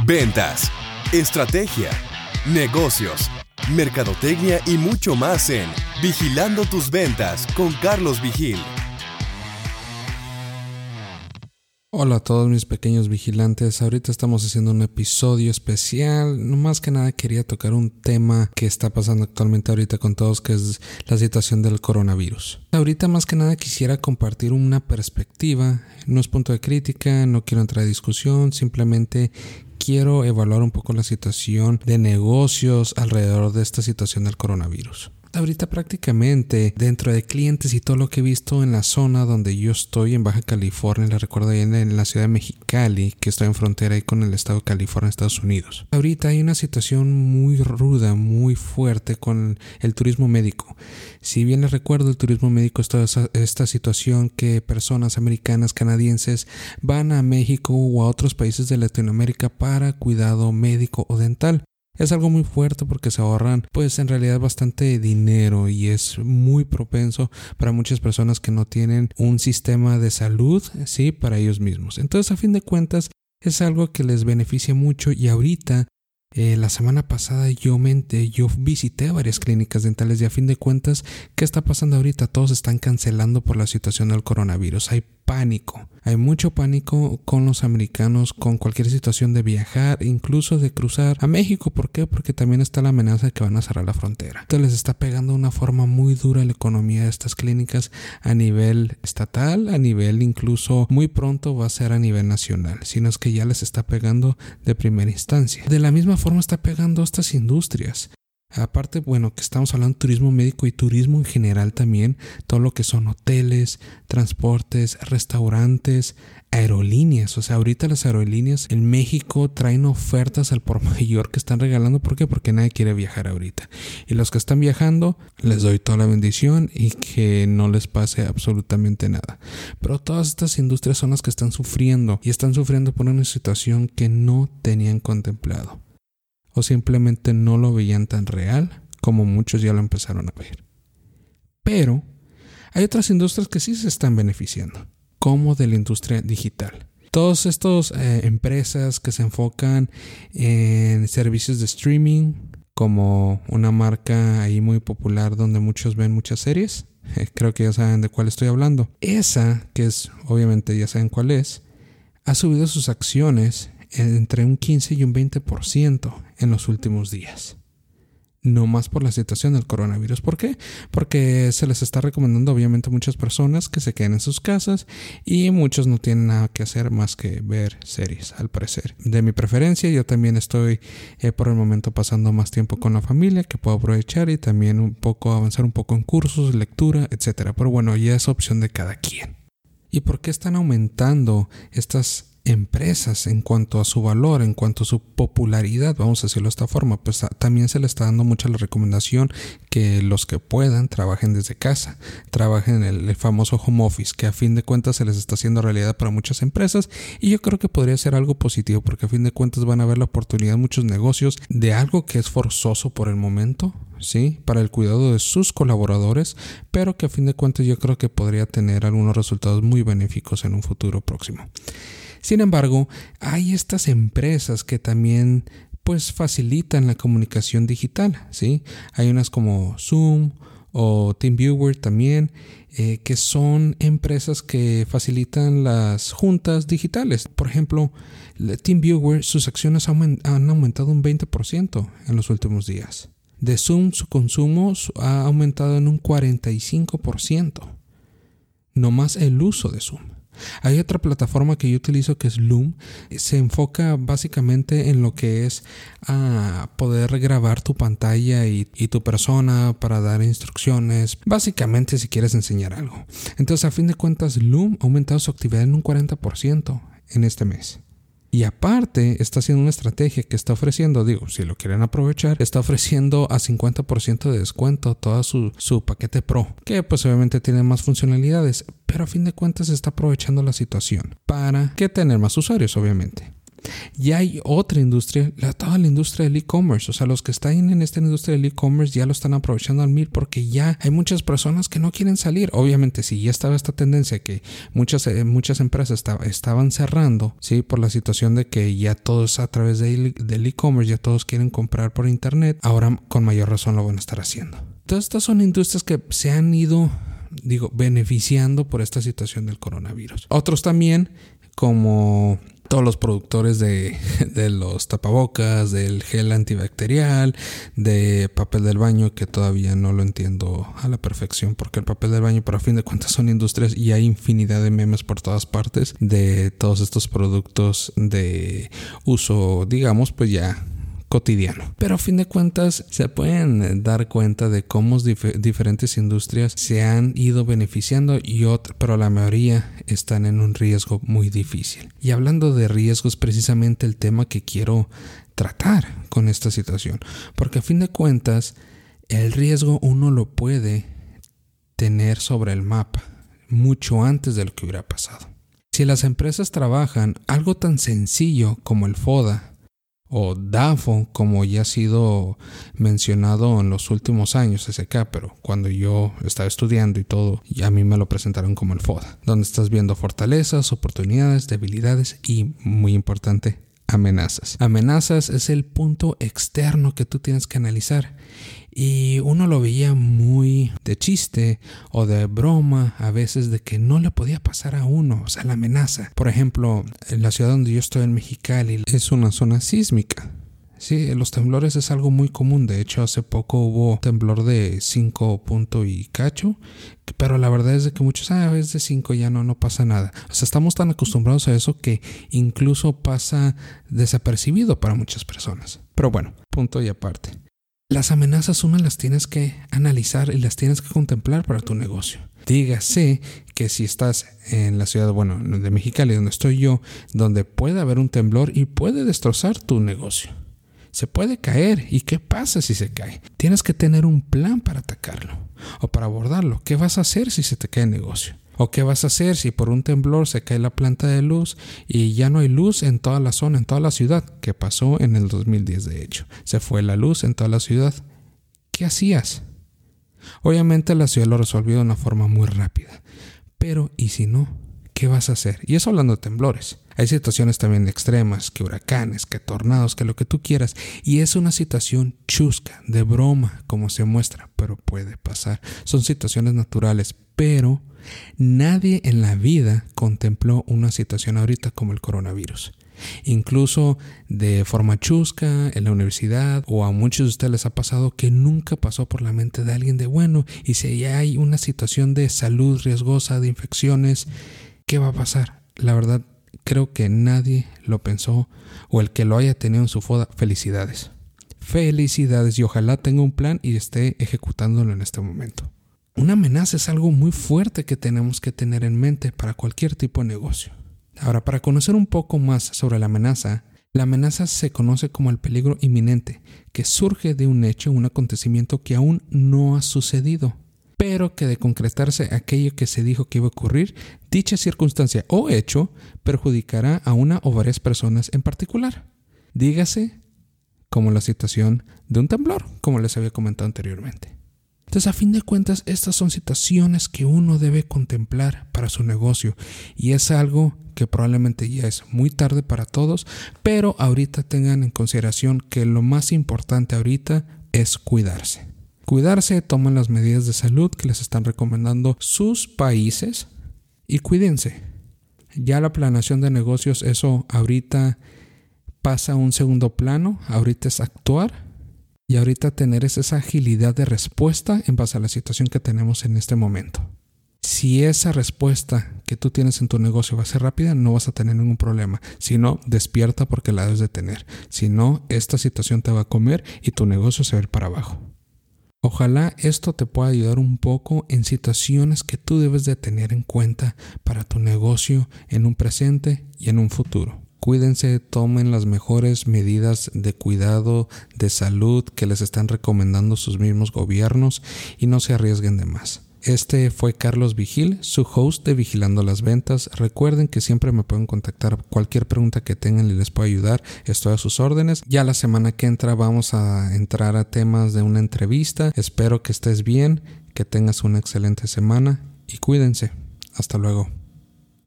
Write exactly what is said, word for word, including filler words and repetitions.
Ventas, estrategia, negocios, mercadotecnia y mucho más en Vigilando tus Ventas con Carlos Vigil. Hola a todos mis pequeños vigilantes, ahorita estamos haciendo un episodio especial. No más que nada quería tocar un tema que está pasando actualmente ahorita con todos, que es la situación del coronavirus. Ahorita más que nada quisiera compartir una perspectiva, no es punto de crítica, no quiero entrar a discusión, simplemente quiero evaluar un poco la situación de negocios alrededor de esta situación del coronavirus. Ahorita prácticamente dentro de clientes y todo lo que he visto en la zona donde yo estoy en Baja California, les recuerdo ahí en, en la ciudad de Mexicali, que estoy en frontera ahí con el estado de California, Estados Unidos. Ahorita hay una situación muy ruda, muy fuerte con el turismo médico. Si bien les recuerdo, el turismo médico es toda esa, esta situación que personas americanas, canadienses van a México o a otros países de Latinoamérica para cuidado médico o dental. Es algo muy fuerte porque se ahorran pues en realidad bastante dinero y es muy propenso para muchas personas que no tienen un sistema de salud, sí, para ellos mismos. Entonces, a fin de cuentas, es algo que les beneficia mucho y ahorita Eh, la semana pasada yo, me, yo visité varias clínicas dentales y a fin de cuentas, ¿qué está pasando ahorita? Todos están cancelando por la situación del coronavirus. Hay pánico. Hay mucho pánico con los americanos, con cualquier situación de viajar, incluso de cruzar a México. ¿Por qué? Porque también está la amenaza de que van a cerrar la frontera. Esto les está pegando de una forma muy dura a la economía de estas clínicas a nivel estatal, a nivel incluso muy pronto va a ser a nivel nacional, sino es que ya les está pegando de primera instancia. De la misma forma está pegando a estas industrias. Aparte, bueno, que estamos hablando de turismo médico y turismo en general también, todo lo que son hoteles, transportes, restaurantes, aerolíneas. O sea, ahorita las aerolíneas en México traen ofertas al por mayor que están regalando. ¿Por qué? Porque nadie quiere viajar ahorita. Y los que están viajando, les doy toda la bendición y que no les pase absolutamente nada. Pero todas estas industrias son las que están sufriendo y están sufriendo por una situación que no tenían contemplado. O simplemente no lo veían tan real como muchos ya lo empezaron a ver. Pero hay otras industrias que sí se están beneficiando, como de la industria digital. Todas estas eh, empresas que se enfocan en servicios de streaming, como una marca ahí muy popular donde muchos ven muchas series, eh, creo que ya saben de cuál estoy hablando. Esa, que es, obviamente ya saben cuál es, ha subido sus acciones entre un quince y un veinte por ciento en los últimos días. No más por la situación del coronavirus. ¿Por qué? Porque se les está recomendando obviamente a muchas personas que se queden en sus casas y muchos no tienen nada que hacer más que ver series, al parecer. De mi preferencia, yo también estoy eh, por el momento pasando más tiempo con la familia que puedo aprovechar y también un poco avanzar un poco en cursos, lectura, etcétera. Pero bueno, ya es opción de cada quien. ¿Y por qué están aumentando estas empresas en cuanto a su valor, en cuanto a su popularidad? Vamos a decirlo de esta forma. Pues a, también se le está dando mucha la recomendación que los que puedan trabajen desde casa, trabajen en el, el famoso home office, que a fin de cuentas se les está haciendo realidad para muchas empresas y yo creo que podría ser algo positivo porque a fin de cuentas van a ver la oportunidad en muchos negocios de algo que es forzoso por el momento, sí, para el cuidado de sus colaboradores, pero que a fin de cuentas yo creo que podría tener algunos resultados muy benéficos en un futuro próximo. Sin embargo, hay estas empresas que también pues facilitan la comunicación digital, ¿sí? Hay unas como Zoom o TeamViewer también, eh, que son empresas que facilitan las juntas digitales. Por ejemplo, TeamViewer, sus acciones han aumentado un veinte por ciento en los últimos días. De Zoom, su consumo ha aumentado en un cuarenta y cinco por ciento. No más el uso de Zoom. Hay otra plataforma que yo utilizo que es Loom. Se enfoca básicamente en lo que es a poder grabar tu pantalla y, y tu persona para dar instrucciones. Básicamente si quieres enseñar algo. Entonces a fin de cuentas Loom ha aumentado su actividad en un cuarenta por ciento en este mes. Y aparte está haciendo una estrategia que está ofreciendo, digo, si lo quieren aprovechar, está ofreciendo a cincuenta por ciento de descuento todo su, su paquete Pro, que pues obviamente tiene más funcionalidades, pero a fin de cuentas está aprovechando la situación para que tener más usuarios, obviamente. Ya hay otra industria, la, toda la industria del e-commerce. O sea, los que están en esta industria del e-commerce ya lo están aprovechando al mil porque ya hay muchas personas que no quieren salir. Obviamente, si ya estaba esta tendencia que muchas, eh, muchas empresas estaba, estaban cerrando, ¿sí? Por la situación de que ya todos a través de, del e-commerce, ya todos quieren comprar por internet, ahora con mayor razón lo van a estar haciendo. Todas estas son industrias que se han ido, digo, beneficiando por esta situación del coronavirus. Otros también, como todos los productores de, de los tapabocas, del gel antibacterial, de papel del baño, que todavía no lo entiendo a la perfección, porque el papel del baño, pero a fin de cuentas son industrias y hay infinidad de memes por todas partes de todos estos productos de uso, digamos, pues ya cotidiano. Pero a fin de cuentas se pueden dar cuenta de cómo dif- diferentes industrias se han ido beneficiando y otras, pero la mayoría están en un riesgo muy difícil. Y hablando de riesgos, precisamente el tema que quiero tratar con esta situación, porque a fin de cuentas el riesgo uno lo puede tener sobre el mapa mucho antes de lo que hubiera pasado. Si las empresas trabajan algo tan sencillo como el FODA o DAFO, como ya ha sido mencionado en los últimos años, S K, pero cuando yo estaba estudiando y todo, y a mí me lo presentaron como el FODA, donde estás viendo fortalezas, oportunidades, debilidades y, muy importante, amenazas. Amenazas es el punto externo que tú tienes que analizar. Y uno lo veía muy de chiste o de broma a veces de que no le podía pasar a uno, o sea, la amenaza. Por ejemplo, en la ciudad donde yo estoy, en Mexicali, es una zona sísmica. Sí, los temblores es algo muy común. De hecho, hace poco hubo temblor de cinco punto y cacho, pero la verdad es de que muchos, ah, es de cinco, ya no, no pasa nada. O sea, estamos tan acostumbrados a eso que incluso pasa desapercibido para muchas personas. Pero bueno, punto y aparte. Las amenazas uno las tienes que analizar y las tienes que contemplar para tu negocio. Dígase que si estás en la ciudad, bueno, de Mexicali, donde estoy yo, donde puede haber un temblor y puede destrozar tu negocio. Se puede caer. ¿Y qué pasa si se cae? Tienes que tener un plan para atacarlo o para abordarlo. ¿Qué vas a hacer si se te cae el negocio? ¿O qué vas a hacer si por un temblor se cae la planta de luz y ya no hay luz en toda la zona, en toda la ciudad? Que pasó en el dos mil diez, de hecho. Se fue la luz en toda la ciudad. ¿Qué hacías? Obviamente la ciudad lo resolvió de una forma muy rápida. Pero, ¿y si no? ¿Qué vas a hacer? Y eso hablando de temblores. Hay situaciones también extremas, que huracanes, que tornados, que lo que tú quieras. Y es una situación chusca, de broma, como se muestra, pero puede pasar. Son situaciones naturales, pero nadie en la vida contempló una situación ahorita como el coronavirus. Incluso de forma chusca, en la universidad, o a muchos de ustedes les ha pasado que nunca pasó por la mente de alguien de bueno. Y si ya hay una situación de salud riesgosa, de infecciones, ¿qué va a pasar? La verdad, creo que nadie lo pensó, o el que lo haya tenido en su FODA, felicidades. Felicidades y ojalá tenga un plan y esté ejecutándolo en este momento. Una amenaza es algo muy fuerte que tenemos que tener en mente para cualquier tipo de negocio. Ahora, para conocer un poco más sobre la amenaza, la amenaza se conoce como el peligro inminente, que surge de un hecho, un acontecimiento que aún no ha sucedido, pero que de concretarse aquello que se dijo que iba a ocurrir, dicha circunstancia o hecho perjudicará a una o varias personas en particular. Dígase, como la situación de un temblor, como les había comentado anteriormente. Entonces, a fin de cuentas, estas son situaciones que uno debe contemplar para su negocio y es algo que probablemente ya es muy tarde para todos, pero ahorita tengan en consideración que lo más importante ahorita es cuidarse. Cuidarse, tomen las medidas de salud que les están recomendando sus países y cuídense. Ya la planeación de negocios, eso ahorita pasa a un segundo plano, ahorita es actuar. Y ahorita tener esa agilidad de respuesta en base a la situación que tenemos en este momento. Si esa respuesta que tú tienes en tu negocio va a ser rápida, no vas a tener ningún problema. Si no, despierta porque la debes de tener. Si no, esta situación te va a comer y tu negocio se va a ir para abajo. Ojalá esto te pueda ayudar un poco en situaciones que tú debes de tener en cuenta para tu negocio en un presente y en un futuro. Cuídense, tomen las mejores medidas de cuidado, de salud que les están recomendando sus mismos gobiernos y no se arriesguen de más. Este fue Carlos Vigil, su host de Vigilando las Ventas. Recuerden que siempre me pueden contactar. Cualquier pregunta que tengan y les puedo ayudar, estoy a sus órdenes. Ya la semana que entra vamos a entrar a temas de una entrevista. Espero que estés bien, que tengas una excelente semana y cuídense. Hasta luego.